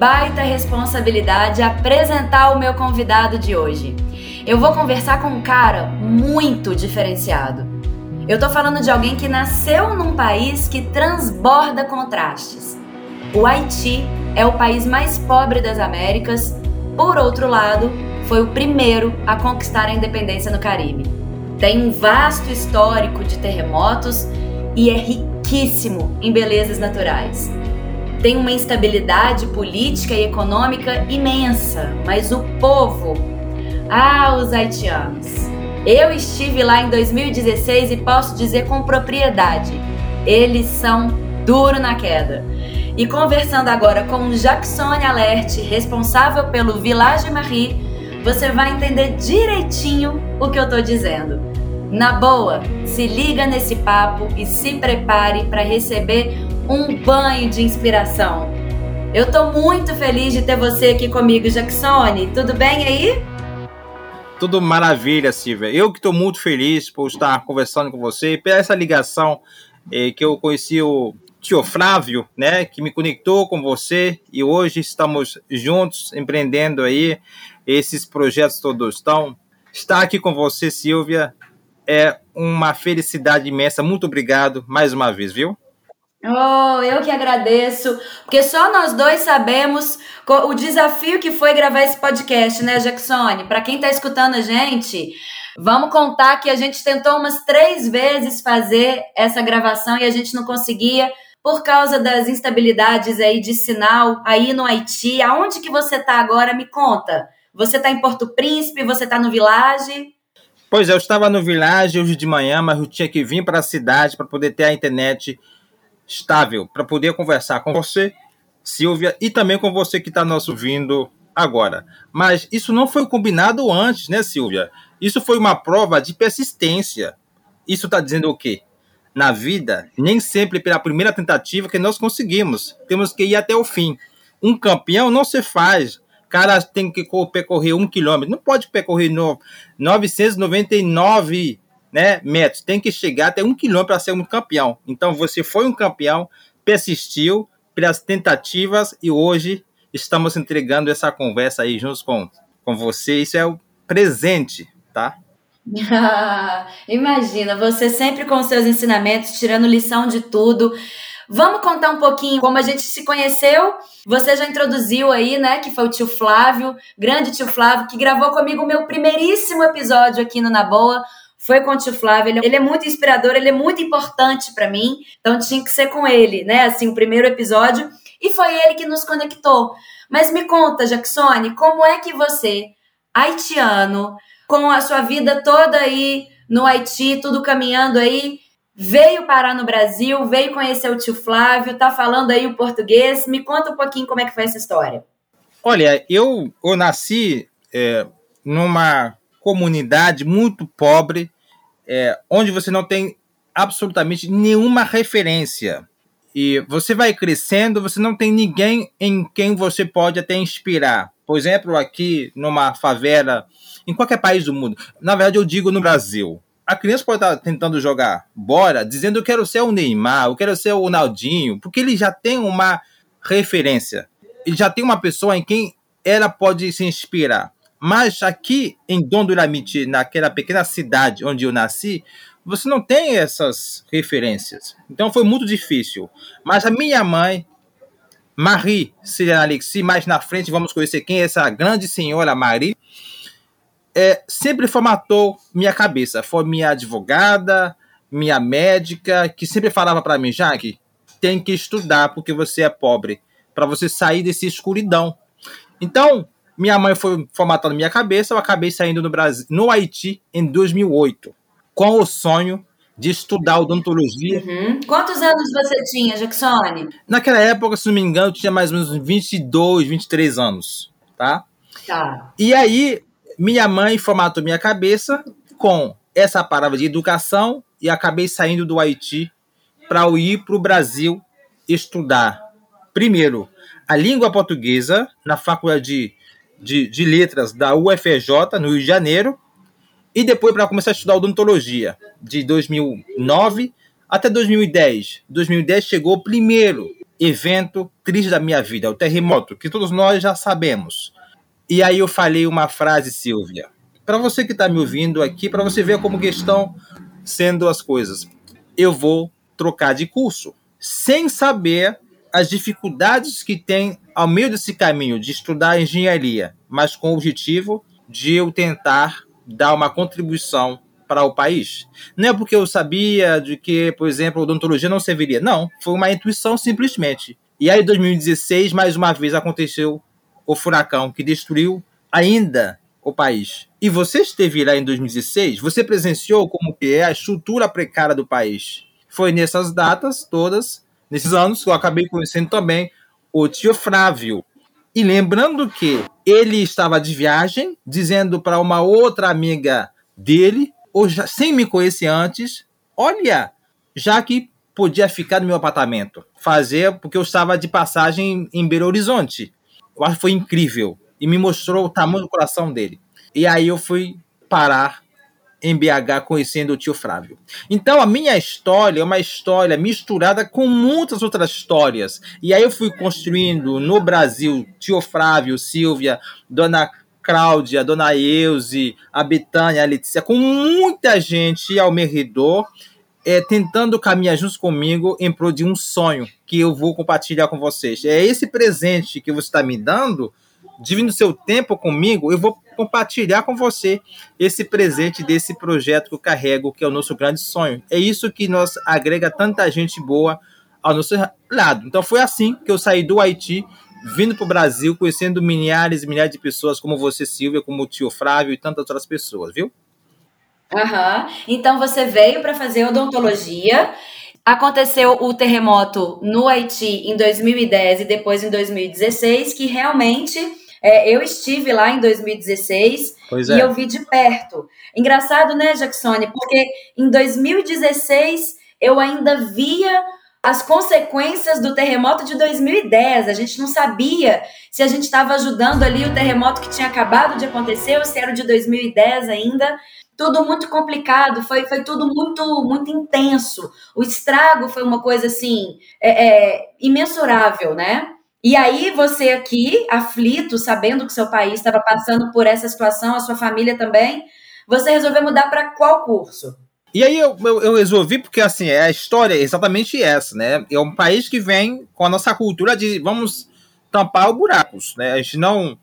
baita responsabilidade apresentar o meu convidado de hoje. Eu vou conversar com um cara muito diferenciado. Eu tô falando de alguém que nasceu num país que transborda contrastes. O Haiti é o país mais pobre das Américas. Por outro lado, foi o primeiro a conquistar a independência no Caribe. Tem um vasto histórico de terremotos e é riquíssimo em belezas naturais. Tem uma instabilidade política e econômica imensa, mas o povo, os haitianos. Eu estive lá em 2016 e posso dizer com propriedade, eles são duro na queda. E conversando agora com o Jackson Alert, responsável pelo Village Marie, você vai entender direitinho o que eu tô dizendo. Na boa, se liga nesse papo e se prepare para receber um banho de inspiração. Eu tô muito feliz de ter você aqui comigo, Jackson. Tudo bem aí? Tudo maravilha, Silvia. Eu que estou muito feliz por estar conversando com você, por essa ligação que eu conheci o tio Flávio, né, que me conectou com você e hoje estamos juntos empreendendo aí esses projetos todos. Então, estar aqui com você, Silvia, é uma felicidade imensa. Muito obrigado mais uma vez, viu? Eu que agradeço, porque só nós dois sabemos o desafio que foi gravar esse podcast, né, Jackson? Para quem tá escutando a gente, vamos contar que a gente tentou umas 3 vezes fazer essa gravação e a gente não conseguia por causa das instabilidades aí de sinal aí no Haiti. Aonde que você tá agora? Me conta. Você tá em Porto Príncipe? Você tá no Village? Pois é, eu estava no Village hoje de manhã, mas eu tinha que vir para a cidade para poder ter a internet estável, para poder conversar com você, Silvia, e também com você que está nos ouvindo agora. Mas isso não foi combinado antes, né, Silvia? Isso foi uma prova de persistência. Isso está dizendo o quê? Na vida, nem sempre pela primeira tentativa que nós conseguimos. Temos que ir até o fim. Um campeão não se faz. Cara tem que percorrer 1 quilômetro. Não pode percorrer 999 metros. Tem que chegar até 1 quilômetro para ser um campeão. Então você foi um campeão, persistiu pelas tentativas e hoje estamos entregando essa conversa aí juntos com você. Isso é o presente, tá? Imagina, você sempre com seus ensinamentos, tirando lição de tudo. Vamos contar um pouquinho como a gente se conheceu. Você já introduziu aí, né, que foi o tio Flávio, grande tio Flávio, que gravou comigo o meu primeiríssimo episódio aqui no Na Boa. Foi com o tio Flávio, ele é muito inspirador, ele é muito importante para mim, então tinha que ser com ele, né, assim, o primeiro episódio, e foi ele que nos conectou. Mas me conta, Jackson, como é que você, haitiano, com a sua vida toda aí no Haiti, tudo caminhando aí, veio parar no Brasil, veio conhecer o tio Flávio, tá falando aí o português, me conta um pouquinho como é que foi essa história. Olha, eu nasci numa comunidade muito pobre, onde você não tem absolutamente nenhuma referência. E você vai crescendo, você não tem ninguém em quem você pode até inspirar. Por exemplo, aqui numa favela, em qualquer país do mundo, na verdade eu digo no Brasil, a criança pode estar tentando jogar bola, dizendo eu quero ser o Neymar, eu quero ser o Ronaldinho, porque ele já tem uma referência, ele já tem uma pessoa em quem ela pode se inspirar. Mas aqui em Dondoramite, naquela pequena cidade onde eu nasci, você não tem essas referências. Então foi muito difícil. Mas a minha mãe, Marie Siriana Alexis, mais na frente vamos conhecer quem é essa grande senhora Marie, sempre formatou minha cabeça. Foi minha advogada, minha médica, que sempre falava para mim, Jaque, tem que estudar porque você é pobre, para você sair dessa escuridão. Então, minha mãe foi formatando minha cabeça, eu acabei saindo no Haiti em 2008, com o sonho de estudar odontologia. Quantos anos você tinha, Jackson? Naquela época, se não me engano, eu tinha mais ou menos 22, 23 anos, tá? Tá. E aí, minha mãe formatou minha cabeça com essa palavra de educação e acabei saindo do Haiti para ir para o Brasil estudar, primeiro, a língua portuguesa na faculdade de letras da UFRJ, no Rio de Janeiro, e depois para começar a estudar odontologia, de 2009 até 2010. 2010 chegou o primeiro evento triste da minha vida, o terremoto, que todos nós já sabemos. E aí eu falei uma frase, Silvia, para você que está me ouvindo aqui, para você ver como que estão sendo as coisas. Eu vou trocar de curso, sem saber as dificuldades que tem ao meio desse caminho de estudar engenharia, mas com o objetivo de eu tentar dar uma contribuição para o país. Não é porque eu sabia de que, por exemplo, odontologia não serviria. Não, foi uma intuição simplesmente. E aí, em 2016, mais uma vez aconteceu o furacão que destruiu ainda o país. E você esteve lá em 2016, você presenciou como que é a estrutura precária do país. Foi nessas datas todas, nesses anos, que eu acabei conhecendo também o tio Flávio. E lembrando que ele estava de viagem, dizendo para uma outra amiga dele, ou já, sem me conhecer antes, olha, já que podia ficar no meu apartamento, fazer, porque eu estava de passagem em Belo Horizonte. Eu acho que foi incrível. E me mostrou o tamanho do coração dele. E aí eu fui parar em BH conhecendo o tio Flávio. Então a minha história é uma história misturada com muitas outras histórias. E aí eu fui construindo no Brasil tio Flávio, Silvia, dona Cláudia, dona Euze, a Betânia, a Letícia, com muita gente ao meu redor, tentando caminhar juntos comigo em prol de um sonho que eu vou compartilhar com vocês. É esse presente que você está me dando, dividindo seu tempo comigo, eu vou compartilhar com você esse presente desse projeto que eu carrego, que é o nosso grande sonho. É isso que nos agrega tanta gente boa ao nosso lado. Então foi assim que eu saí do Haiti, vindo para o Brasil, conhecendo milhares e milhares de pessoas como você, Silvia, como o tio Flávio e tantas outras pessoas, viu? Aham. Então você veio para fazer odontologia. Aconteceu o terremoto no Haiti em 2010 e depois em 2016, que realmente eu estive lá em 2016 e eu vi de perto. Engraçado, né, Jacksone? Porque em 2016 eu ainda via as consequências do terremoto de 2010. A gente não sabia se a gente estava ajudando ali o terremoto que tinha acabado de acontecer ou se era o de 2010 ainda. Tudo muito complicado, foi tudo muito intenso. O estrago foi uma coisa assim, imensurável, né? E aí você aqui, aflito, sabendo que seu país estava passando por essa situação, a sua família também, você resolveu mudar para qual curso? E aí eu resolvi, porque assim, a história é exatamente essa, né? É um país que vem com a nossa cultura de vamos tampar os buracos, né? A gente não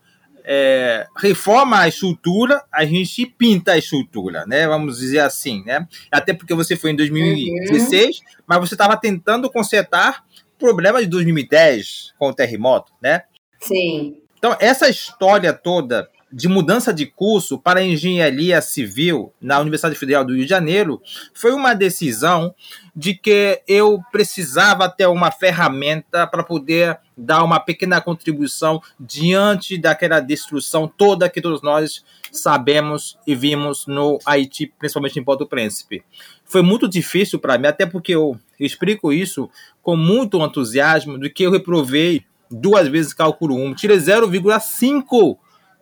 reforma a estrutura, a gente pinta a estrutura, né? Vamos dizer assim, né? Até porque você foi em 2016, mas você estava tentando consertar o problema de 2010 com o terremoto, né? Sim. Então, essa história toda de mudança de curso para engenharia civil na Universidade Federal do Rio de Janeiro foi uma decisão de que eu precisava ter uma ferramenta para poder dar uma pequena contribuição diante daquela destruição toda que todos nós sabemos e vimos no Haiti, principalmente em Porto Príncipe. Foi muito difícil para mim, até porque eu explico isso com muito entusiasmo, de que eu reprovei 2 vezes cálculo 1, tirei 0,5,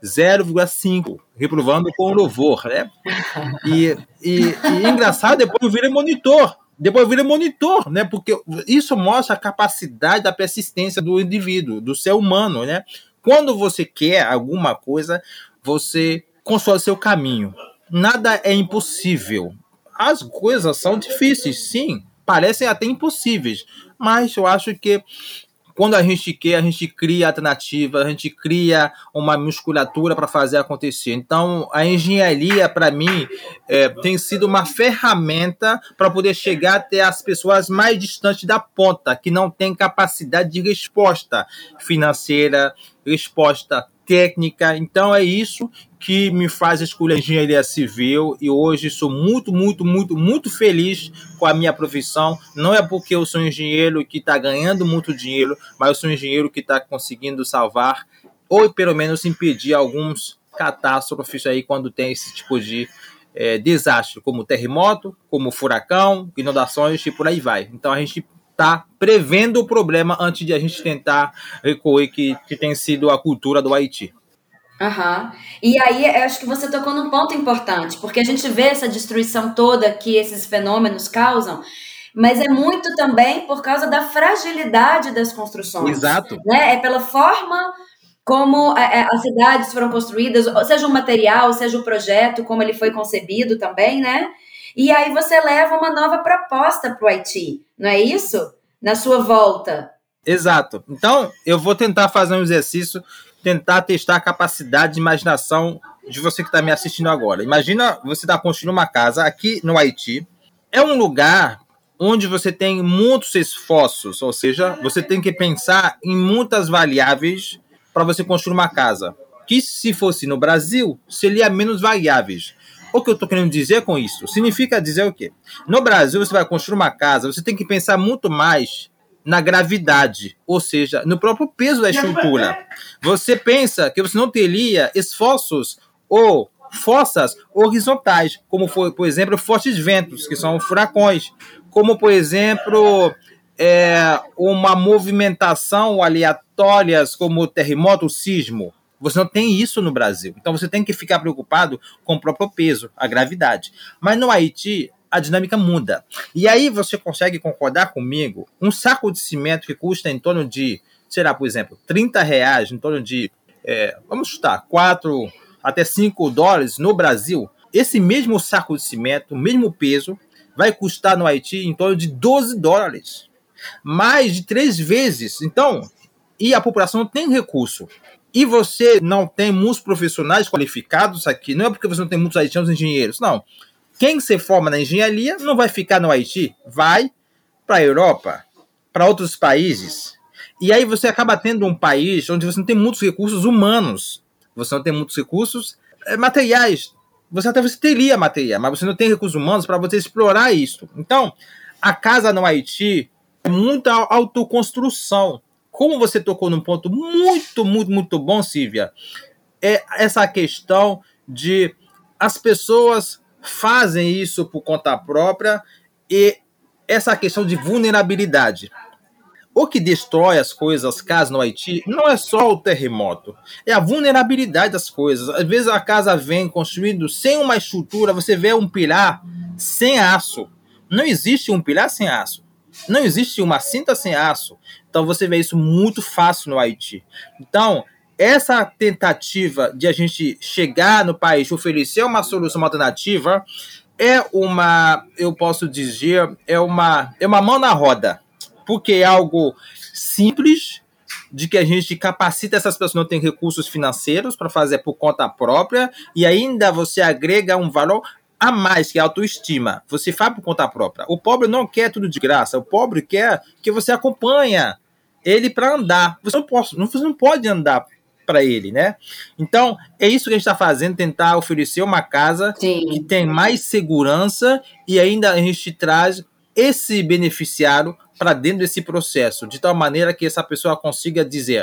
reprovando com louvor, né? E engraçado, depois eu virei monitor, né? Porque isso mostra a capacidade da persistência do indivíduo, do ser humano, né? Quando você quer alguma coisa, você constrói seu caminho. Nada é impossível. As coisas são difíceis, sim, parecem até impossíveis, mas eu acho que quando a gente quer, a gente cria alternativa, a gente cria uma musculatura para fazer acontecer. Então, a engenharia, para mim, tem sido uma ferramenta para poder chegar até as pessoas mais distantes da ponta, que não têm capacidade de resposta financeira, resposta técnica. Então, é isso que me faz escolher engenharia civil, e hoje sou muito feliz com a minha profissão. Não é porque eu sou engenheiro que está ganhando muito dinheiro, mas eu sou engenheiro que está conseguindo salvar, ou pelo menos impedir alguns catástrofes aí quando tem esse tipo de desastre, como terremoto, como furacão, inundações e por aí vai. Então a gente está prevendo o problema antes de a gente tentar recorrer, que tem sido a cultura do Haiti. Aham. E aí, eu acho que você tocou num ponto importante, porque a gente vê essa destruição toda que esses fenômenos causam, mas é muito também por causa da fragilidade das construções, Exato. né? É pela forma como as cidades foram construídas, seja o material, seja o projeto, como ele foi concebido também, né? E aí você leva uma nova proposta para o Haiti, não é isso? Na sua volta. Exato. Então, eu vou tentar fazer um exercício, tentar testar a capacidade de imaginação de você que está me assistindo agora. Imagina você está construindo uma casa aqui no Haiti. É um lugar onde você tem muitos esforços, ou seja, você tem que pensar em muitas variáveis para você construir uma casa. Que se fosse no Brasil, seria menos variáveis. O que eu estou querendo dizer com isso? Significa dizer o quê? No Brasil, você vai construir uma casa, você tem que pensar muito mais na gravidade, ou seja, no próprio peso da estrutura. Você pensa que você não teria esforços ou forças horizontais, como foi, por exemplo, fortes ventos, que são furacões, como, por exemplo, uma movimentação aleatória, como o terremoto, o sismo. Você não tem isso no Brasil. Então você tem que ficar preocupado com o próprio peso, a gravidade. Mas no Haiti, a dinâmica muda. E aí você consegue concordar comigo? Um saco de cimento que custa em torno de, será, por exemplo, R$30, em torno de, vamos chutar, 4 até 5 dólares no Brasil. Esse mesmo saco de cimento, o mesmo peso, vai custar no Haiti em torno de 12 dólares. Mais de 3 vezes. Então, e a população não tem recurso. E você não tem muitos profissionais qualificados aqui. Não é porque você não tem muitos haitianos engenheiros, não. Quem se forma na engenharia não vai ficar no Haiti, vai para a Europa, para outros países. E aí você acaba tendo um país onde você não tem muitos recursos humanos, você não tem muitos recursos materiais. Você teria material, mas você não tem recursos humanos para você explorar isso. Então, a casa no Haiti é muita autoconstrução. Como você tocou num ponto muito, muito, muito bom, Silvia, é essa questão de as pessoas fazem isso por conta própria e essa questão de vulnerabilidade. O que destrói as coisas, as casas no Haiti, não é só o terremoto, é a vulnerabilidade das coisas. Às vezes a casa vem construída sem uma estrutura, você vê um pilar sem aço. Não existe um pilar sem aço. Não existe uma cinta sem aço. Então você vê isso muito fácil no Haiti. Então, essa tentativa de a gente chegar no país, oferecer uma solução alternativa, eu posso dizer, é uma mão na roda. Porque é algo simples, de que a gente capacita essas pessoas que não têm recursos financeiros para fazer por conta própria, e ainda você agrega um valor a mais, que é a autoestima. Você faz por conta própria. O pobre não quer tudo de graça. O pobre quer que você acompanha ele para andar. Você não pode andar para ele, né? Então, é isso que a gente está fazendo, tentar oferecer uma casa que tem mais segurança e ainda a gente traz esse beneficiário para dentro desse processo, de tal maneira que essa pessoa consiga dizer: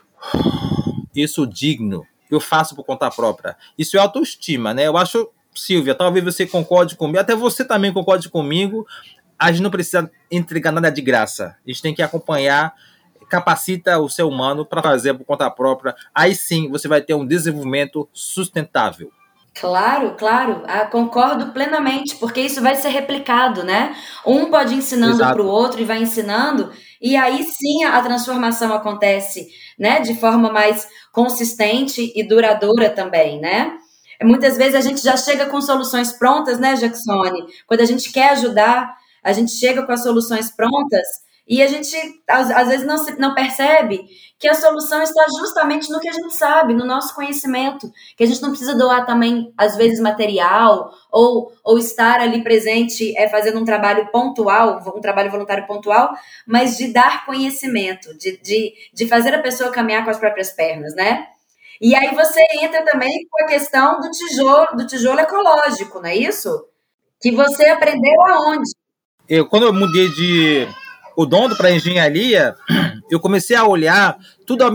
eu sou digno, eu faço por conta própria. Isso é autoestima, né? Eu acho, Silvia, talvez você concorde comigo, até você também concorde comigo, a gente não precisa entregar nada de graça. A gente tem que acompanhar, capacita o ser humano para fazer por conta própria. Aí sim você vai ter um desenvolvimento sustentável. Claro, claro, concordo plenamente, porque isso vai ser replicado, né? Um pode ir ensinando para o outro e vai ensinando, e aí sim a transformação acontece, né? De forma mais consistente e duradoura também, né? Muitas vezes a gente já chega com soluções prontas, né, Jacksone? Quando a gente quer ajudar, a gente chega com as soluções prontas e a gente, às vezes, não percebe que a solução está justamente no que a gente sabe, no nosso conhecimento, que a gente não precisa doar também, às vezes, material ou estar ali presente fazendo um trabalho pontual, um trabalho voluntário pontual, mas de dar conhecimento, de fazer a pessoa caminhar com as próprias pernas, né? E aí você entra também com a questão do tijolo ecológico, não é isso? Que você aprendeu aonde? Quando eu mudei de odonto para engenharia, eu comecei a olhar tudo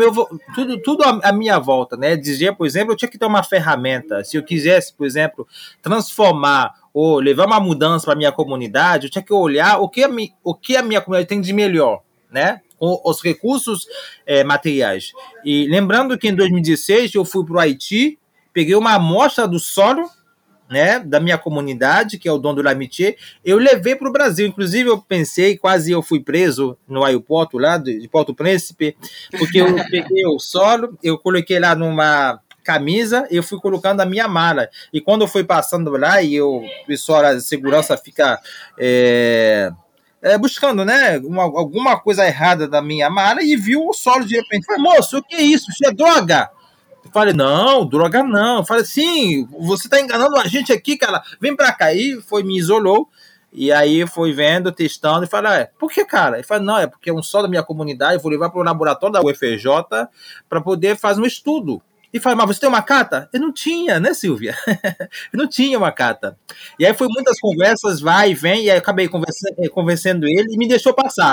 à minha volta, né? Dizia, por exemplo, eu tinha que ter uma ferramenta. Se eu quisesse, por exemplo, transformar ou levar uma mudança para a minha comunidade, eu tinha que olhar o que a minha comunidade tem de melhor, né? Com os recursos materiais. E lembrando que em 2016 eu fui para o Haiti, peguei uma amostra do solo né, da minha comunidade, que é o dono do Lamitier, eu levei para o Brasil. Inclusive, eu pensei, quase eu fui preso no aeroporto lá de Porto Príncipe, porque eu peguei o solo, eu coloquei lá numa camisa, eu fui colocando a minha mala. E quando eu fui passando lá, e o pessoal da segurança fica buscando, né, alguma coisa errada da minha mala, e viu o solo de repente. Falei, moço, o que é isso? Isso é droga? Eu falei, não, droga não. Eu falei, sim, você tá enganando a gente aqui, cara. Vem pra cá. E me isolou. E aí foi vendo, testando, e falei, por que, cara? Ele falou, não, é porque é um só da minha comunidade, eu vou levar para o laboratório da UFRJ para poder fazer um estudo. E falei, mas você tem uma carta? Eu não tinha, né, Silvia? Eu não tinha uma carta. E aí foi muitas conversas, vai e vem, e aí eu acabei convencendo ele e me deixou passar.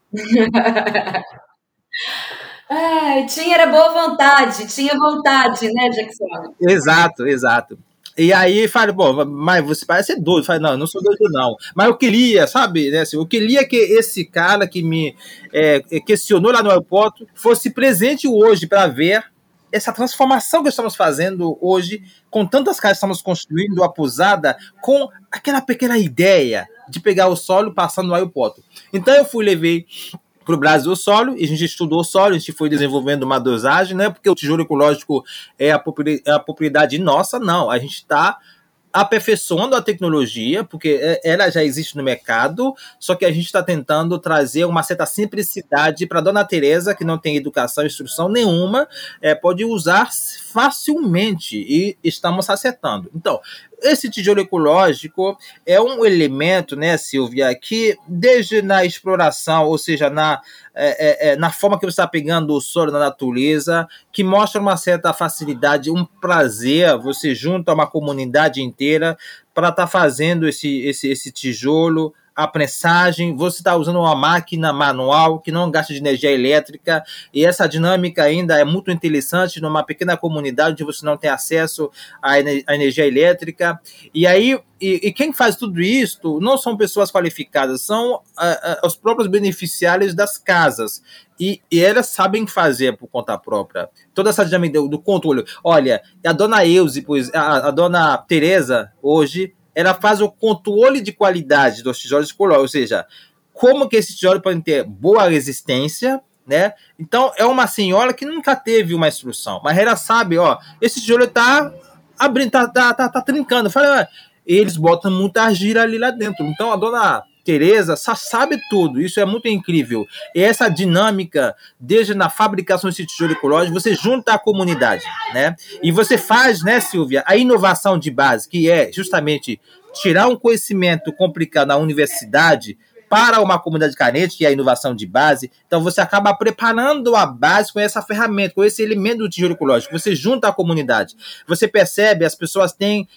Era boa vontade, tinha vontade, né, Jackson? Exato, exato. E aí falei, bom, mas você parece ser doido. Eu falei, não, eu não sou doido, não. Mas eu queria, sabe, né, assim, eu queria que esse cara que me questionou lá no aeroporto fosse presente hoje para ver essa transformação que estamos fazendo hoje, com tantas casas que estamos construindo, a pousada, com aquela pequena ideia de pegar o solo e passar no aeroporto. Então eu levei para o Brasil o solo, e a gente estudou o solo, a gente foi desenvolvendo uma dosagem, não é porque o tijolo ecológico é a propriedade nossa, não, a gente está aperfeiçoando a tecnologia, porque ela já existe no mercado, só que a gente está tentando trazer uma certa simplicidade para a dona Teresa, que não tem educação e instrução nenhuma, pode usar facilmente, e estamos acertando. Então, esse tijolo ecológico é um elemento, né, Silvia, que desde na exploração, ou seja, na forma que você está pegando o solo na natureza, que mostra uma certa facilidade, um prazer, você junta uma comunidade inteira para estar fazendo esse tijolo, a prensagem, você está usando uma máquina manual que não gasta de energia elétrica, e essa dinâmica ainda é muito interessante numa pequena comunidade onde você não tem acesso à energia elétrica. E aí, e quem faz tudo isso não são pessoas qualificadas, são os próprios beneficiários das casas. E elas sabem fazer por conta própria. Toda essa dinâmica do controle. Olha, a dona Euze, a dona Teresa, hoje, ela faz o controle de qualidade dos tijolos ecológicos, ou seja, como que esses tijolos podem ter boa resistência, né? Então, é uma senhora que nunca teve uma instrução, mas ela sabe, ó, esse tijolo está abrindo, tá trincando. Fala, eles botam muita argila ali lá dentro. Então, a dona Teresa sabe tudo, isso é muito incrível. E essa dinâmica, desde na fabricação desse tijolo ecológico, você junta a comunidade, né? E você faz, né, Silvia, a inovação de base, que é justamente tirar um conhecimento complicado na universidade para uma comunidade carente, que é a inovação de base. Então você acaba preparando a base com essa ferramenta, com esse elemento do tijolo ecológico. Você junta a comunidade. Você percebe, as pessoas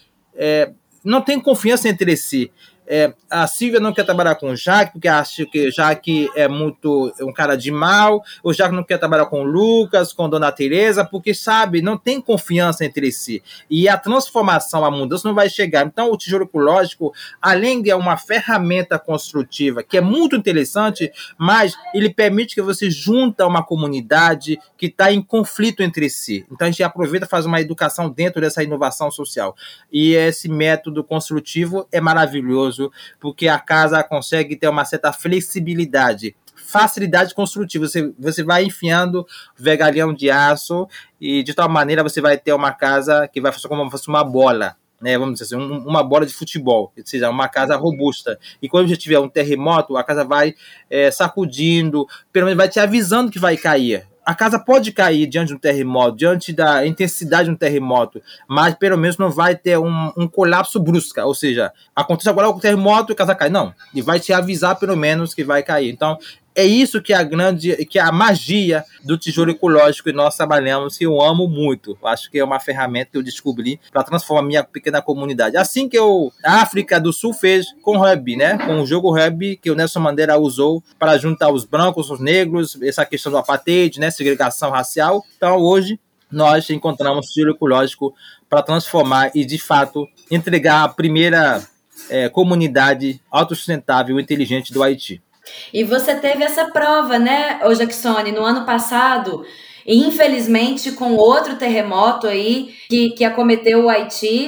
não têm confiança entre si. A Silvia não quer trabalhar com o Jaque, porque acha que o Jaque é um cara de mal, o Jaque não quer trabalhar com o Lucas, com a dona Teresa, porque, sabe, não tem confiança entre si. E a transformação, a mudança não vai chegar. Então, o tijolo ecológico, além de uma ferramenta construtiva, que é muito interessante, mas ele permite que você junta uma comunidade que está em conflito entre si. Então, a gente aproveita e faz uma educação dentro dessa inovação social. E esse método construtivo é maravilhoso, porque a casa consegue ter uma certa flexibilidade, facilidade construtiva. Você vai enfiando vergalhão de aço e de tal maneira você vai ter uma casa que vai funcionar como se fosse uma bola, né? Vamos dizer assim, uma bola de futebol, ou seja, uma casa robusta. E quando já tiver um terremoto, a casa vai sacudindo, pelo menos vai te avisando que vai cair. A casa pode cair diante de um terremoto, diante da intensidade de um terremoto, mas pelo menos não vai ter um colapso brusco, ou seja, acontece agora o terremoto e a casa cai. Não, ele vai te avisar pelo menos que vai cair. Então, é isso que é a magia do tijolo ecológico que nós trabalhamos, que eu amo muito. Eu acho que é uma ferramenta que eu descobri para transformar minha pequena comunidade. Assim que a África do Sul fez com o rugby, né? Com o jogo rugby que o Nelson Mandela usou para juntar os brancos, os negros, essa questão do apartheid, né? Segregação racial. Então, hoje, nós encontramos o tijolo ecológico para transformar e, de fato, entregar a primeira comunidade autossustentável e inteligente do Haiti. E você teve essa prova, né, Jacksone, no ano passado, e infelizmente com outro terremoto aí que acometeu o Haiti,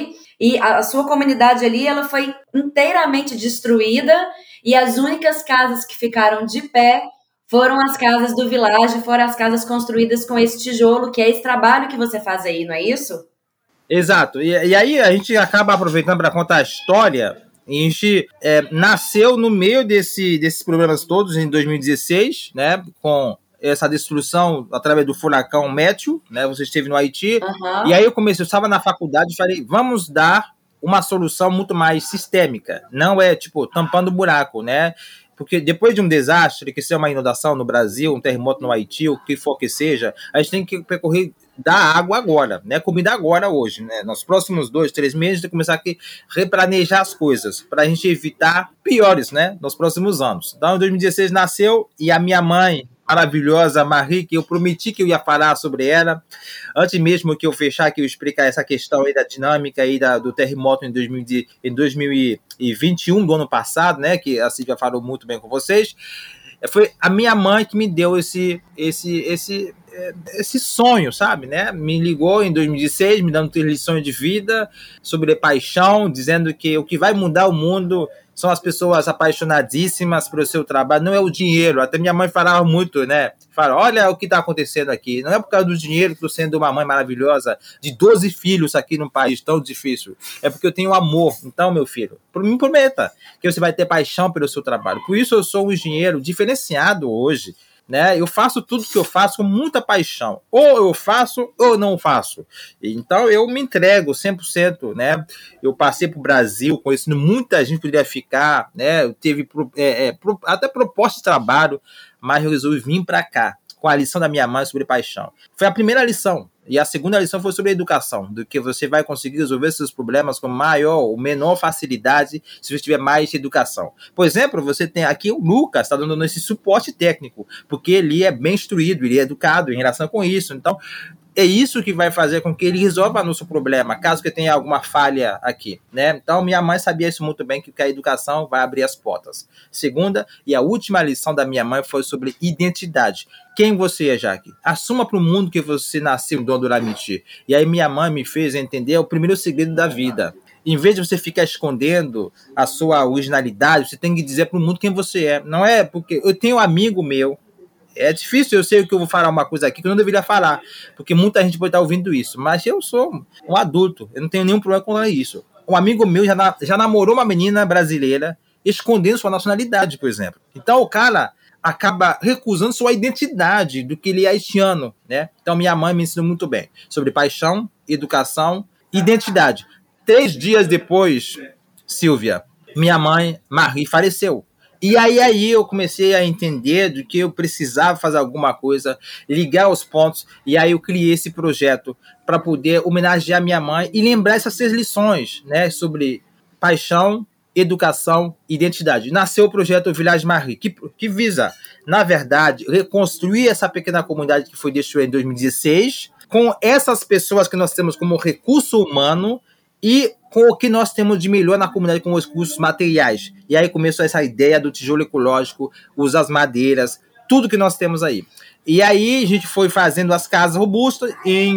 e a sua comunidade ali, ela foi inteiramente destruída e as únicas casas que ficaram de pé foram as casas do Village, foram as casas construídas com esse tijolo, que é esse trabalho que você faz aí, não é isso? Exato. E aí a gente acaba aproveitando para contar a história. A gente nasceu no meio desses problemas todos em 2016, né? Com essa destruição através do furacão Matthew, né? Você esteve no Haiti. Uhum. E aí eu estava na faculdade e falei, vamos dar uma solução muito mais sistêmica. Não é, tipo, tampando buraco, né? Porque depois de um desastre, que seja uma inundação no Brasil, um terremoto no Haiti, o que for que seja, a gente tem que percorrer da água agora, né? Comida agora, hoje, né? Nos próximos 2, 3 meses, tem que começar a replanejar as coisas, para a gente evitar piores, né? Nos próximos anos. Então, em 2016 nasceu, e a minha mãe, maravilhosa, Marie, que eu prometi que eu ia falar sobre ela, antes mesmo que eu fechar, que eu explicar essa questão aí da dinâmica aí do terremoto em 2021, do ano passado, né? Que a Silvia falou muito bem com vocês. Foi a minha mãe que me deu esse sonho, sabe, né? Me ligou em 2016, me dando lições de vida sobre paixão, dizendo que o que vai mudar o mundo são as pessoas apaixonadíssimas pelo seu trabalho, não é o dinheiro. Até minha mãe falava muito, né? Fala, olha o que está acontecendo aqui. Não é por causa do dinheiro que estou sendo uma mãe maravilhosa de 12 filhos aqui num país tão difícil. É porque eu tenho amor. Então, meu filho, me prometa que você vai ter paixão pelo seu trabalho. Por isso eu sou um engenheiro diferenciado hoje, né? Eu faço tudo que eu faço com muita paixão. Ou eu faço ou não faço. Então eu me entrego 100%, né? Eu passei para o Brasil conhecendo muita gente que poderia ficar, né? Eu teve até proposta de trabalho, mas eu resolvi vir para cá com a lição da minha mãe sobre paixão. Foi a primeira lição. E a segunda lição foi sobre a educação, do que você vai conseguir resolver seus problemas com maior ou menor facilidade se você tiver mais educação. Por exemplo, você tem aqui o Lucas, está dando esse suporte técnico, porque ele é bem instruído, ele é educado em relação com isso. Então, é isso que vai fazer com que ele resolva nosso problema, caso que tenha alguma falha aqui, né? Então, minha mãe sabia isso muito bem, que a educação vai abrir as portas. Segunda e a última lição da minha mãe foi sobre identidade. Quem você é, Jaque? Assuma para o mundo que você nasceu em Dom do Lamiti. E aí minha mãe me fez entender o primeiro segredo da vida. Em vez de você ficar escondendo a sua originalidade, você tem que dizer para o mundo quem você é. Não é porque eu tenho um amigo meu. É difícil, eu sei que eu vou falar uma coisa aqui que eu não deveria falar, porque muita gente pode estar ouvindo isso, mas eu sou um adulto, eu não tenho nenhum problema com isso. Um amigo meu já namorou uma menina brasileira escondendo sua nacionalidade, por exemplo. Então o cara acaba recusando sua identidade do que ele é haitiano, né? Então minha mãe me ensinou muito bem sobre paixão, educação, identidade. 3 dias depois, Silvia, minha mãe, Marie, faleceu. E aí eu comecei a entender de que eu precisava fazer alguma coisa, ligar os pontos, e aí eu criei esse projeto para poder homenagear minha mãe e lembrar essas 6 lições, né, sobre paixão, educação e identidade. Nasceu o projeto Village Marie, que visa, na verdade, reconstruir essa pequena comunidade que foi destruída em 2016, com essas pessoas que nós temos como recurso humano, e com o que nós temos de melhor na comunidade com os recursos materiais. E aí começou essa ideia do tijolo ecológico, usar as madeiras, tudo que nós temos aí. E aí a gente foi fazendo as casas robustas. Em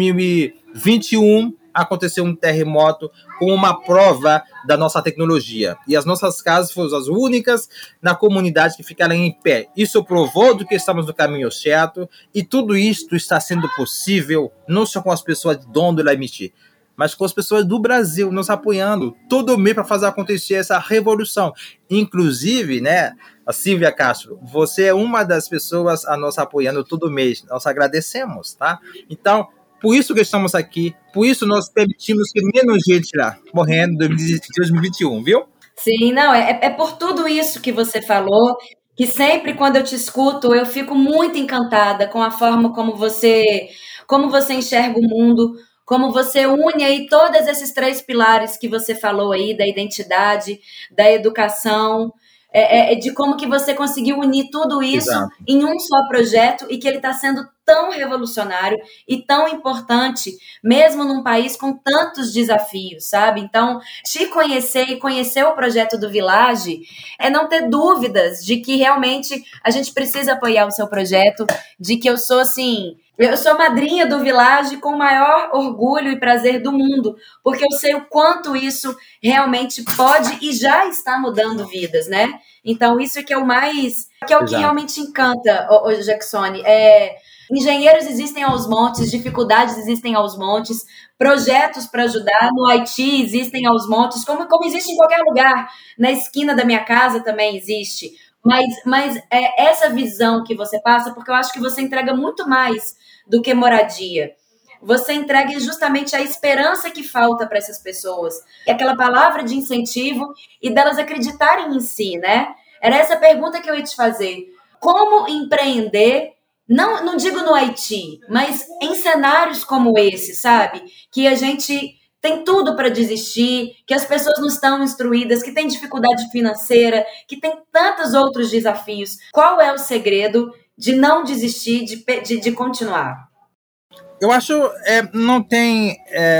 2021 aconteceu um terremoto com uma prova da nossa tecnologia. E as nossas casas foram as únicas na comunidade que ficaram em pé. Isso provou do que estamos no caminho certo. E tudo isto está sendo possível não só com as pessoas de Dom do Lamiti, mas com as pessoas do Brasil nos apoiando todo mês para fazer acontecer essa revolução. Inclusive, né, a Silvia Castro, você é uma das pessoas a nos apoiando todo mês. Nós agradecemos, tá? Então, por isso que estamos aqui, por isso nós permitimos que menos gente lá morrendo em 2021, viu? Sim, não, é por tudo isso que você falou, que sempre quando eu te escuto, eu fico muito encantada com a forma como você enxerga o mundo, como você une aí todos esses 3 pilares que você falou aí, da identidade, da educação, de como que você conseguiu unir tudo isso Exato. em um só projeto e que ele está sendo tão revolucionário e tão importante, mesmo num país com tantos desafios, sabe? Então, te conhecer e conhecer o projeto do Village é não ter dúvidas de que realmente a gente precisa apoiar o seu projeto, de que eu sou, assim, Eu sou madrinha do Village com o maior orgulho e prazer do mundo, porque eu sei o quanto isso realmente pode e já está mudando vidas, né? Então, isso é que é o mais, que é o que Exato. realmente encanta, o Jacksone. Engenheiros existem aos montes, dificuldades existem aos montes, projetos para ajudar no Haiti existem aos montes, como existe em qualquer lugar. Na esquina da minha casa também existe. Mas é essa visão que você passa, porque eu acho que você entrega muito mais do que moradia. Você entrega justamente a esperança que falta para essas pessoas. E aquela palavra de incentivo e delas acreditarem em si, né? Era essa pergunta que eu ia te fazer. Como empreender, não digo no Haiti, mas em cenários como esse, sabe? Que a gente tem tudo para desistir, que as pessoas não estão instruídas, que tem dificuldade financeira, que tem tantos outros desafios. Qual é o segredo de não desistir, de continuar? Eu acho não tem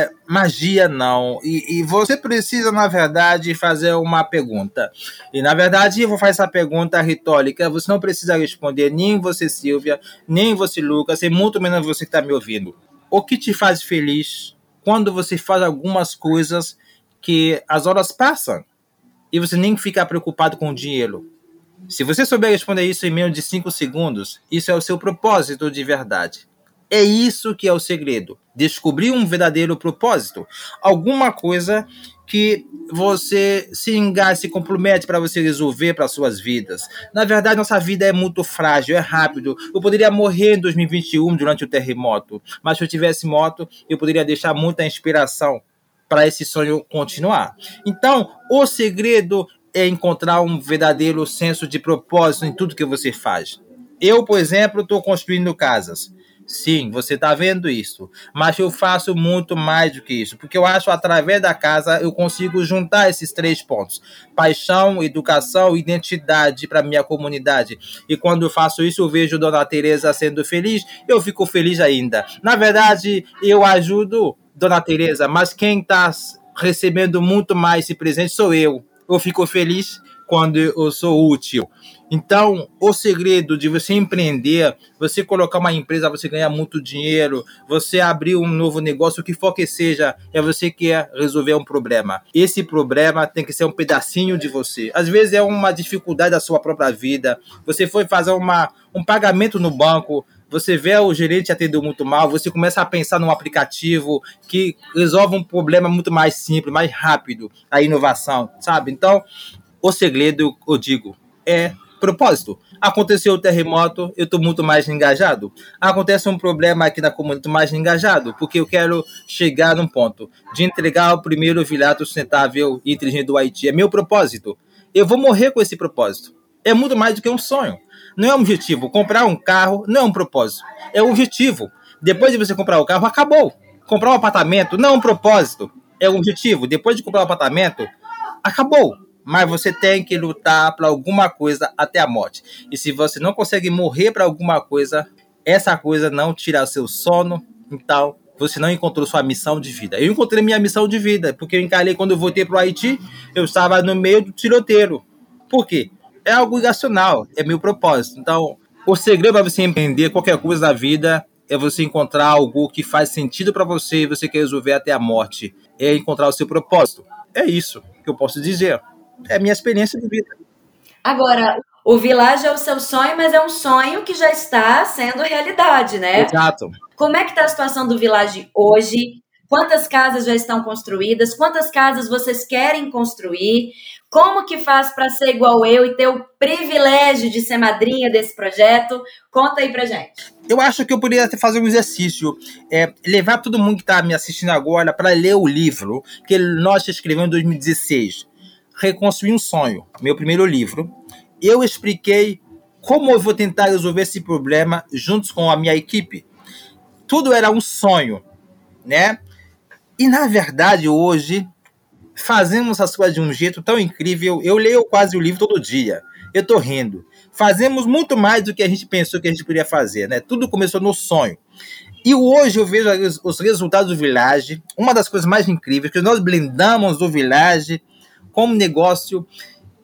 magia, não. E você precisa, na verdade, fazer uma pergunta. E, na verdade, eu vou fazer essa pergunta retórica. Você não precisa responder, nem você, Silvia, nem você, Lucas, e muito menos você que está me ouvindo. O que te faz feliz quando você faz algumas coisas que as horas passam e você nem fica preocupado com o dinheiro? Se você souber responder isso em menos de 5 segundos, isso é o seu propósito de verdade. É isso que é o segredo. Descobrir um verdadeiro propósito. Alguma coisa que você se engaja, se compromete para você resolver para suas vidas. Na verdade, nossa vida é muito frágil, é rápido. Eu poderia morrer em 2021 durante o terremoto, mas se eu tivesse moto, eu poderia deixar muita inspiração para esse sonho continuar. Então, o segredo é encontrar um verdadeiro senso de propósito em tudo que você faz. Eu, por exemplo, estou construindo casas. Sim, você está vendo isso, mas eu faço muito mais do que isso, porque eu acho que através da casa eu consigo juntar esses 3 pontos: paixão, educação e identidade para minha comunidade. E quando eu faço isso, eu vejo Dona Teresa sendo feliz, eu fico feliz ainda. Na verdade, eu ajudo Dona Teresa, mas quem está recebendo muito mais esse presente sou eu. Eu fico feliz quando eu sou útil. Então, o segredo de você empreender, você colocar uma empresa, você ganhar muito dinheiro, você abrir um novo negócio, o que for que seja, é você que quer resolver um problema. Esse problema tem que ser um pedacinho de você. Às vezes é uma dificuldade da sua própria vida. Você foi fazer um pagamento no banco, você vê o gerente atendeu muito mal, você começa a pensar num aplicativo que resolve um problema muito mais simples, mais rápido, a inovação, sabe? Então, o segredo, eu digo, é propósito. Aconteceu o terremoto, eu estou muito mais engajado. Acontece um problema aqui na comunidade, estou mais engajado, porque eu quero chegar num ponto de entregar o primeiro vilarejo sustentável e inteligente do Haiti. É meu propósito. Eu vou morrer com esse propósito. É muito mais do que um sonho. Não é um objetivo. Comprar um carro não é um propósito. É um objetivo. Depois de você comprar o carro, acabou. Comprar um apartamento não é um propósito. É um objetivo. Depois de comprar um apartamento, acabou. Mas você tem que lutar para alguma coisa até a morte. E se você não consegue morrer para alguma coisa, essa coisa não tira o seu sono, então você não encontrou sua missão de vida. Eu encontrei minha missão de vida, porque eu encarei quando eu voltei para o Haiti, eu estava no meio do tiroteio. Por quê? É algo irracional, é meu propósito. Então, o segredo para você empreender qualquer coisa na vida é você encontrar algo que faz sentido para você e você quer resolver até a morte. É encontrar o seu propósito. É isso que eu posso dizer. É a minha experiência de vida. Agora, o Village é o seu sonho, mas é um sonho que já está sendo realidade, né? Exato. Como é que está a situação do Village hoje? Quantas casas já estão construídas? Quantas casas vocês querem construir? Como que faz para ser igual eu e ter o privilégio de ser madrinha desse projeto? Conta aí pra gente. Eu acho que eu poderia fazer um exercício, levar todo mundo que está me assistindo agora para ler o livro que nós escrevemos em 2016. Reconstruir um Sonho, meu primeiro livro. Eu expliquei como eu vou tentar resolver esse problema juntos com a minha equipe. Tudo era um sonho, né? E, na verdade, hoje, fazemos as coisas de um jeito tão incrível. Eu leio quase o livro todo dia. Eu estou rindo. Fazemos muito mais do que a gente pensou que a gente poderia fazer, né? Tudo começou no sonho. E hoje eu vejo os resultados do Village. Uma das coisas mais incríveis que nós blindamos do Village como negócio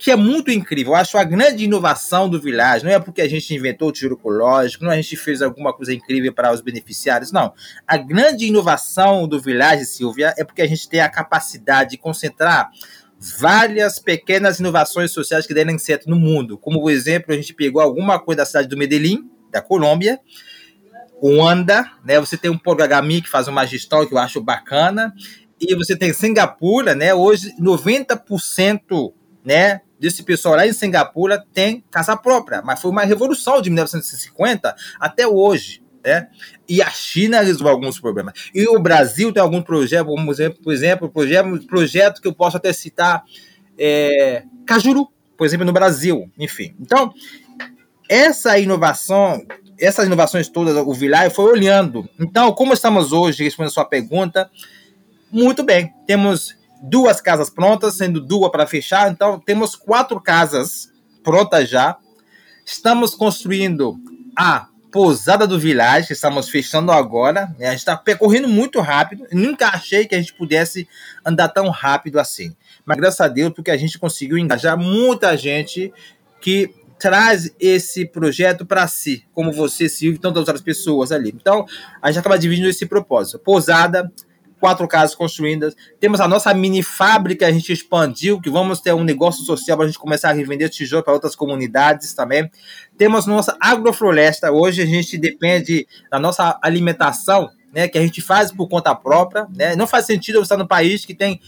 que é muito incrível, eu acho a grande inovação do Village, não é porque a gente inventou o tiro ecológico, não é a gente fez alguma coisa incrível para os beneficiários, não. A grande inovação do Village, Silvia, é porque a gente tem a capacidade de concentrar várias pequenas inovações sociais que deram certo no mundo. Como, por exemplo, a gente pegou alguma coisa da cidade do Medellín, da Colômbia, Ruanda, né? Você tem um Porgagami que faz uma gestão que eu acho bacana, e você tem Singapura, né? Hoje 90%, né, desse pessoal lá em Singapura tem casa própria, mas foi uma revolução de 1950 até hoje, né? E a China resolveu alguns problemas. E o Brasil tem alguns projetos, como por exemplo, projeto que eu posso até citar, Cajuru, por exemplo, no Brasil, enfim. Então, essas inovações todas, o Village foi olhando. Então, como estamos hoje, respondendo a sua pergunta, muito bem, temos 2 casas prontas, sendo 2 para fechar, então temos 4 casas prontas já. Estamos construindo a pousada do Village, estamos fechando agora, né? A gente está percorrendo muito rápido, eu nunca achei que a gente pudesse andar tão rápido assim, mas graças a Deus, porque a gente conseguiu engajar muita gente que traz esse projeto para si, como você, Silvio, e tantas outras pessoas ali. Então, a gente acaba dividindo esse propósito. Pousada, 4 casas construídas. Temos a nossa mini fábrica, a gente expandiu, que vamos ter um negócio social para a gente começar a revender tijolo para outras comunidades também. Temos nossa agrofloresta. Hoje a gente depende da nossa alimentação, né, que a gente faz por conta própria, né? Não faz sentido eu estar num país que tem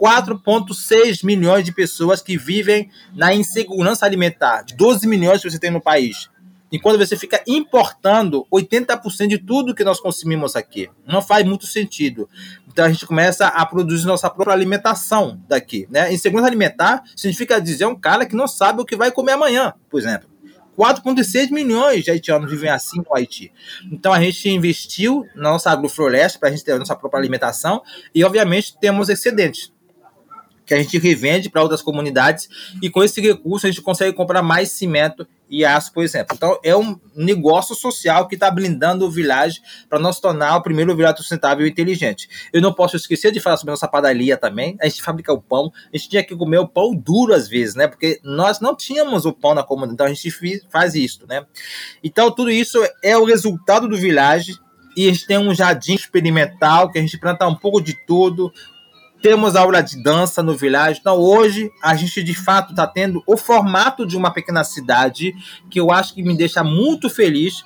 4,6 milhões de pessoas que vivem na insegurança alimentar. 12 milhões que você tem no país. Enquanto você fica importando 80% de tudo que nós consumimos aqui. Não faz muito sentido. Então a gente começa a produzir nossa própria alimentação daqui, né? Insegurança alimentar significa dizer um cara que não sabe o que vai comer amanhã, por exemplo. 4,6 milhões de haitianos vivem assim no Haiti. Então a gente investiu na nossa agrofloresta para a gente ter a nossa própria alimentação e, obviamente, temos excedentes que a gente revende para outras comunidades e com esse recurso a gente consegue comprar mais cimento e aço, por exemplo. Então é um negócio social que está blindando o Village para nós tornar o primeiro Village sustentável e inteligente. Eu não posso esquecer de falar sobre a nossa padaria também. A gente fabrica o pão, a gente tinha que comer o pão duro às vezes, né? Porque nós não tínhamos o pão na comunidade, então a gente faz isso, né? Então tudo isso é o resultado do Village e a gente tem um jardim experimental que a gente planta um pouco de tudo. Temos aula de dança no Village. Então, hoje, a gente, de fato, está tendo o formato de uma pequena cidade, que eu acho que me deixa muito feliz.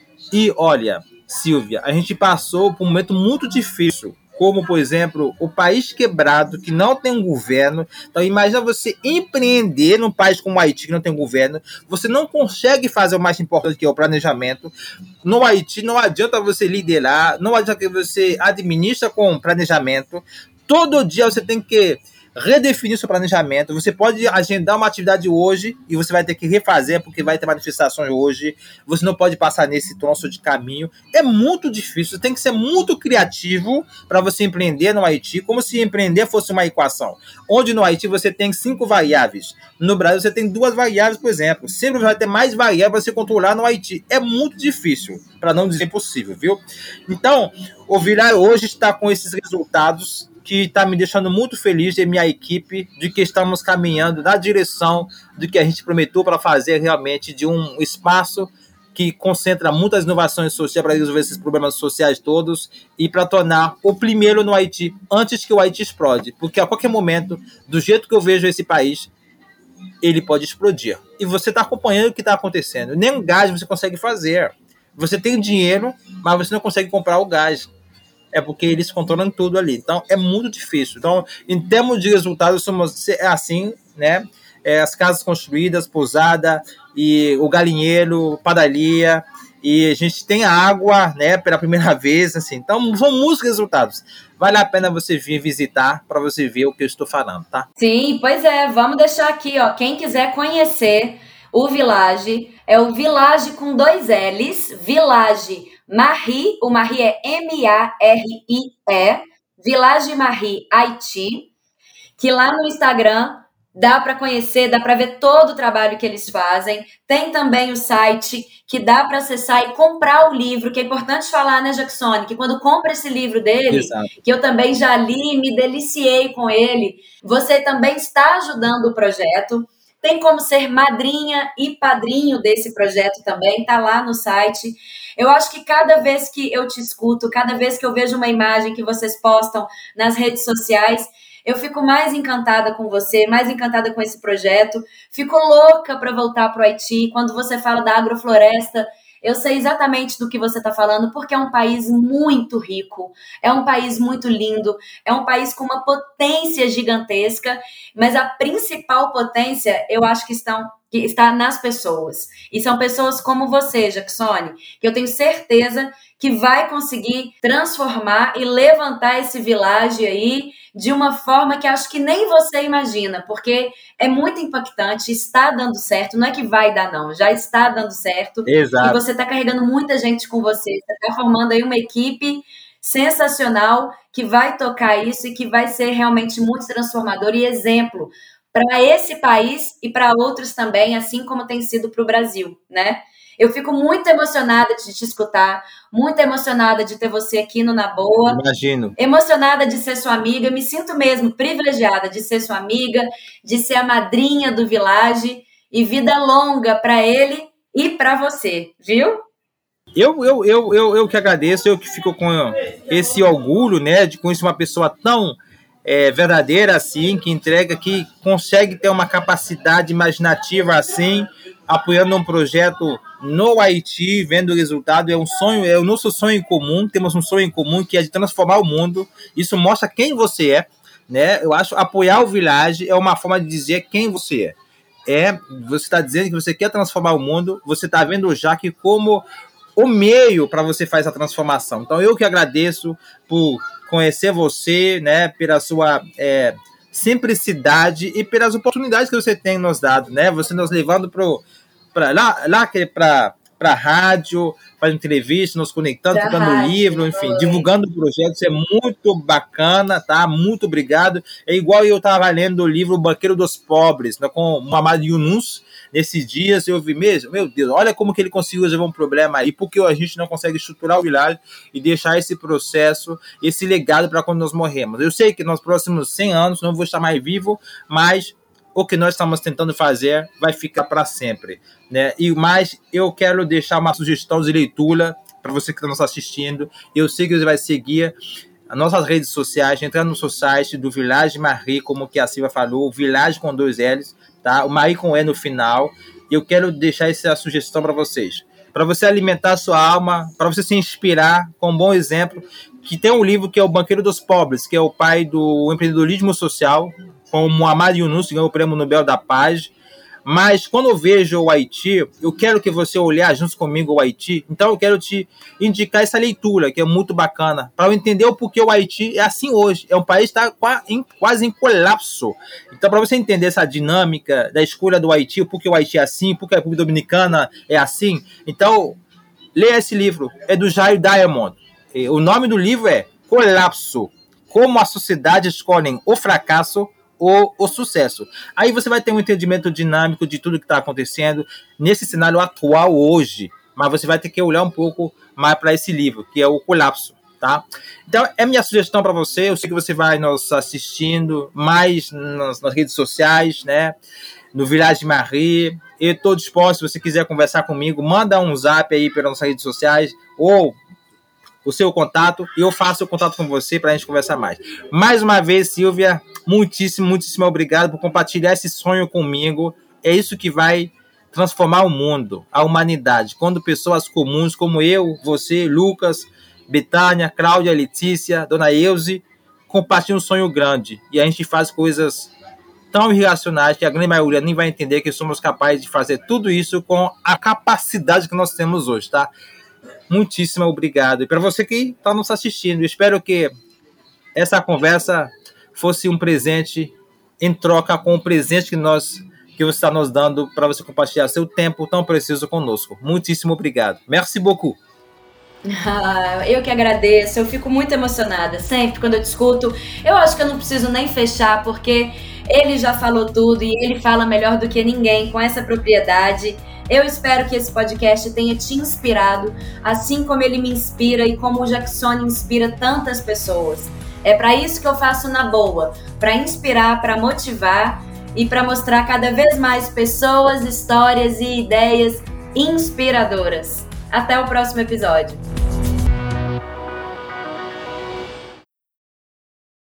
E, olha, Silvia, a gente passou por um momento muito difícil, como, por exemplo, o país quebrado, que não tem um governo. Então, imagina você empreender num país como o Haiti, que não tem um governo. Você não consegue fazer o mais importante, que é o planejamento. No Haiti, não adianta você liderar, não adianta que você administra com planejamento. Todo dia você tem que redefinir seu planejamento. Você pode agendar uma atividade hoje e você vai ter que refazer porque vai ter manifestações hoje. Você não pode passar nesse troço de caminho. É muito difícil. Você tem que ser muito criativo para você empreender no Haiti, como se empreender fosse uma equação. Onde no Haiti você tem 5 variáveis. No Brasil você tem 2 variáveis, por exemplo. Sempre vai ter mais variáveis para você controlar no Haiti. É muito difícil, para não dizer impossível, viu? Então, o Village hoje está com esses resultados que está me deixando muito feliz e minha equipe de que estamos caminhando na direção do que a gente prometeu para fazer realmente de um espaço que concentra muitas inovações sociais para resolver esses problemas sociais todos e para tornar o primeiro no Haiti antes que o Haiti explode. Porque a qualquer momento, do jeito que eu vejo esse país, ele pode explodir. E você está acompanhando o que está acontecendo. Nem um gás você consegue fazer. Você tem dinheiro, mas você não consegue comprar o gás. É porque eles controlam tudo ali. Então, é muito difícil. Então, em termos de resultados, somos assim, né? As casas construídas, pousada, e o galinheiro, padaria, e a gente tem água, né? Pela primeira vez, assim. Então, são muitos resultados. Vale a pena você vir visitar para você ver o que eu estou falando, tá? Sim, pois é. Vamos deixar aqui, ó. Quem quiser conhecer o Village, é o Village com 2 L's, Village Marie, o Marie é M-A-R-I-E, Village Marie Haiti, que lá no Instagram dá para conhecer, dá para ver todo o trabalho que eles fazem. Tem também o site que dá para acessar e comprar o livro, que é importante falar, né, Jacksone, que quando compra esse livro dele, Exato. que eu também já li, me deliciei com ele, você também está ajudando o projeto. Tem como ser madrinha e padrinho desse projeto também, tá lá no site. Eu acho que cada vez que eu te escuto, cada vez que eu vejo uma imagem que vocês postam nas redes sociais, eu fico mais encantada com você, mais encantada com esse projeto. Fico louca para voltar para o Haiti. Quando você fala da agrofloresta, eu sei exatamente do que você está falando, porque é um país muito rico, é um país muito lindo, é um país com uma potência gigantesca, mas a principal potência, eu acho que está nas pessoas. E são pessoas como você, Jacksone, que eu tenho certeza que vai conseguir transformar e levantar esse village aí de uma forma que acho que nem você imagina, porque é muito impactante, está dando certo, não é que vai dar não, já está dando certo. Exato. E você está carregando muita gente com você está formando aí uma equipe sensacional que vai tocar isso e que vai ser realmente muito transformador e exemplo para esse país e para outros também, assim como tem sido para o Brasil, né? Eu fico muito emocionada de te escutar, muito emocionada de ter você aqui no Na Boa. Imagino. Emocionada de ser sua amiga, me sinto mesmo privilegiada de ser sua amiga, de ser a madrinha do Village, e vida longa para ele e para você, viu? Eu que agradeço, eu que fico com esse orgulho, né, de conhecer uma pessoa tão verdadeira assim, que entrega, que consegue ter uma capacidade imaginativa assim, apoiando um projeto no Haiti, vendo o resultado. É um sonho, é o nosso sonho em comum. Temos um sonho em comum que é de transformar o mundo. Isso mostra quem você é, né? Eu acho apoiar o Village é uma forma de dizer quem você é. Você está dizendo que você quer transformar o mundo. Você está vendo o Jaque como o meio para você fazer essa transformação. Então eu que agradeço por conhecer você, né? Pela sua simplicidade e pelas oportunidades que você tem nos dado, né? Você nos levando para a rádio, fazendo entrevista, nos conectando, ficando livro, enfim, divulgando o projeto. Isso é muito bacana, tá? Muito obrigado. É igual eu estava lendo o livro O Banqueiro dos Pobres, né, com Muhammad Yunus. Nesses dias eu vi mesmo, meu Deus, olha como que ele conseguiu resolver um problema aí, porque a gente não consegue estruturar o Village e deixar esse processo, esse legado para quando nós morremos. Eu sei que nos próximos 100 anos não vou estar mais vivo, mas o que nós estamos tentando fazer vai ficar para sempre, né? Mas eu quero deixar uma sugestão de leitura para você que está nos assistindo. Eu sei que você vai seguir as nossas redes sociais, entrando no seu site do Village Marie, como que a Silvia falou, Village com 2 L's, tá? O Marie com E no final. E eu quero deixar essa sugestão para vocês, para você alimentar a sua alma, para você se inspirar com um bom exemplo, que tem um livro que é O Banqueiro dos Pobres, que é o pai do empreendedorismo social, com o Muhammad Yunus, que ganhou o Prêmio Nobel da Paz. Mas quando eu vejo o Haiti, eu quero que você olhar junto comigo o Haiti. Então eu quero te indicar essa leitura, que é muito bacana, para eu entender o porquê o Haiti é assim hoje. É um país que está quase em colapso. Então, para você entender essa dinâmica da escolha do Haiti, o porquê o Haiti é assim, porque a República Dominicana é assim, então leia esse livro. É do Jair Diamond. O nome do livro é Colapso: Como a Sociedade Escolhe o Fracasso ou o Sucesso. Aí você vai ter um entendimento dinâmico de tudo que está acontecendo nesse cenário atual hoje, mas você vai ter que olhar um pouco mais para esse livro, que é o Colapso, tá? Então, é minha sugestão para você. Eu sei que você vai nos assistindo mais nas redes sociais, né? No Village Marie. Eu estou disposto, se você quiser conversar comigo, manda um zap aí pelas nossas redes sociais, ou o seu contato, e eu faço o contato com você para a gente conversar mais. Mais uma vez, Silvia, muitíssimo obrigado por compartilhar esse sonho comigo. É isso que vai transformar o mundo, a humanidade, quando pessoas comuns como eu, você, Lucas, Betânia, Cláudia, Letícia, Dona Euze, compartilham um sonho grande, e a gente faz coisas tão irracionais que a grande maioria nem vai entender que somos capazes de fazer tudo isso com a capacidade que nós temos hoje, tá? Muitíssimo obrigado. E para você que está nos assistindo, eu espero que essa conversa fosse um presente em troca com o presente que você está nos dando para você compartilhar seu tempo tão preciso conosco. Muitíssimo obrigado. Merci beaucoup. Eu que agradeço, eu fico muito emocionada sempre quando eu te escuto. Eu acho que eu não preciso nem fechar, porque ele já falou tudo e ele fala melhor do que ninguém com essa propriedade. Eu espero que esse podcast tenha te inspirado, assim como ele me inspira e como o Jacksone inspira tantas pessoas. É para isso que eu faço Na Boa, para inspirar, para motivar e para mostrar cada vez mais pessoas, histórias e ideias inspiradoras. Até o próximo episódio.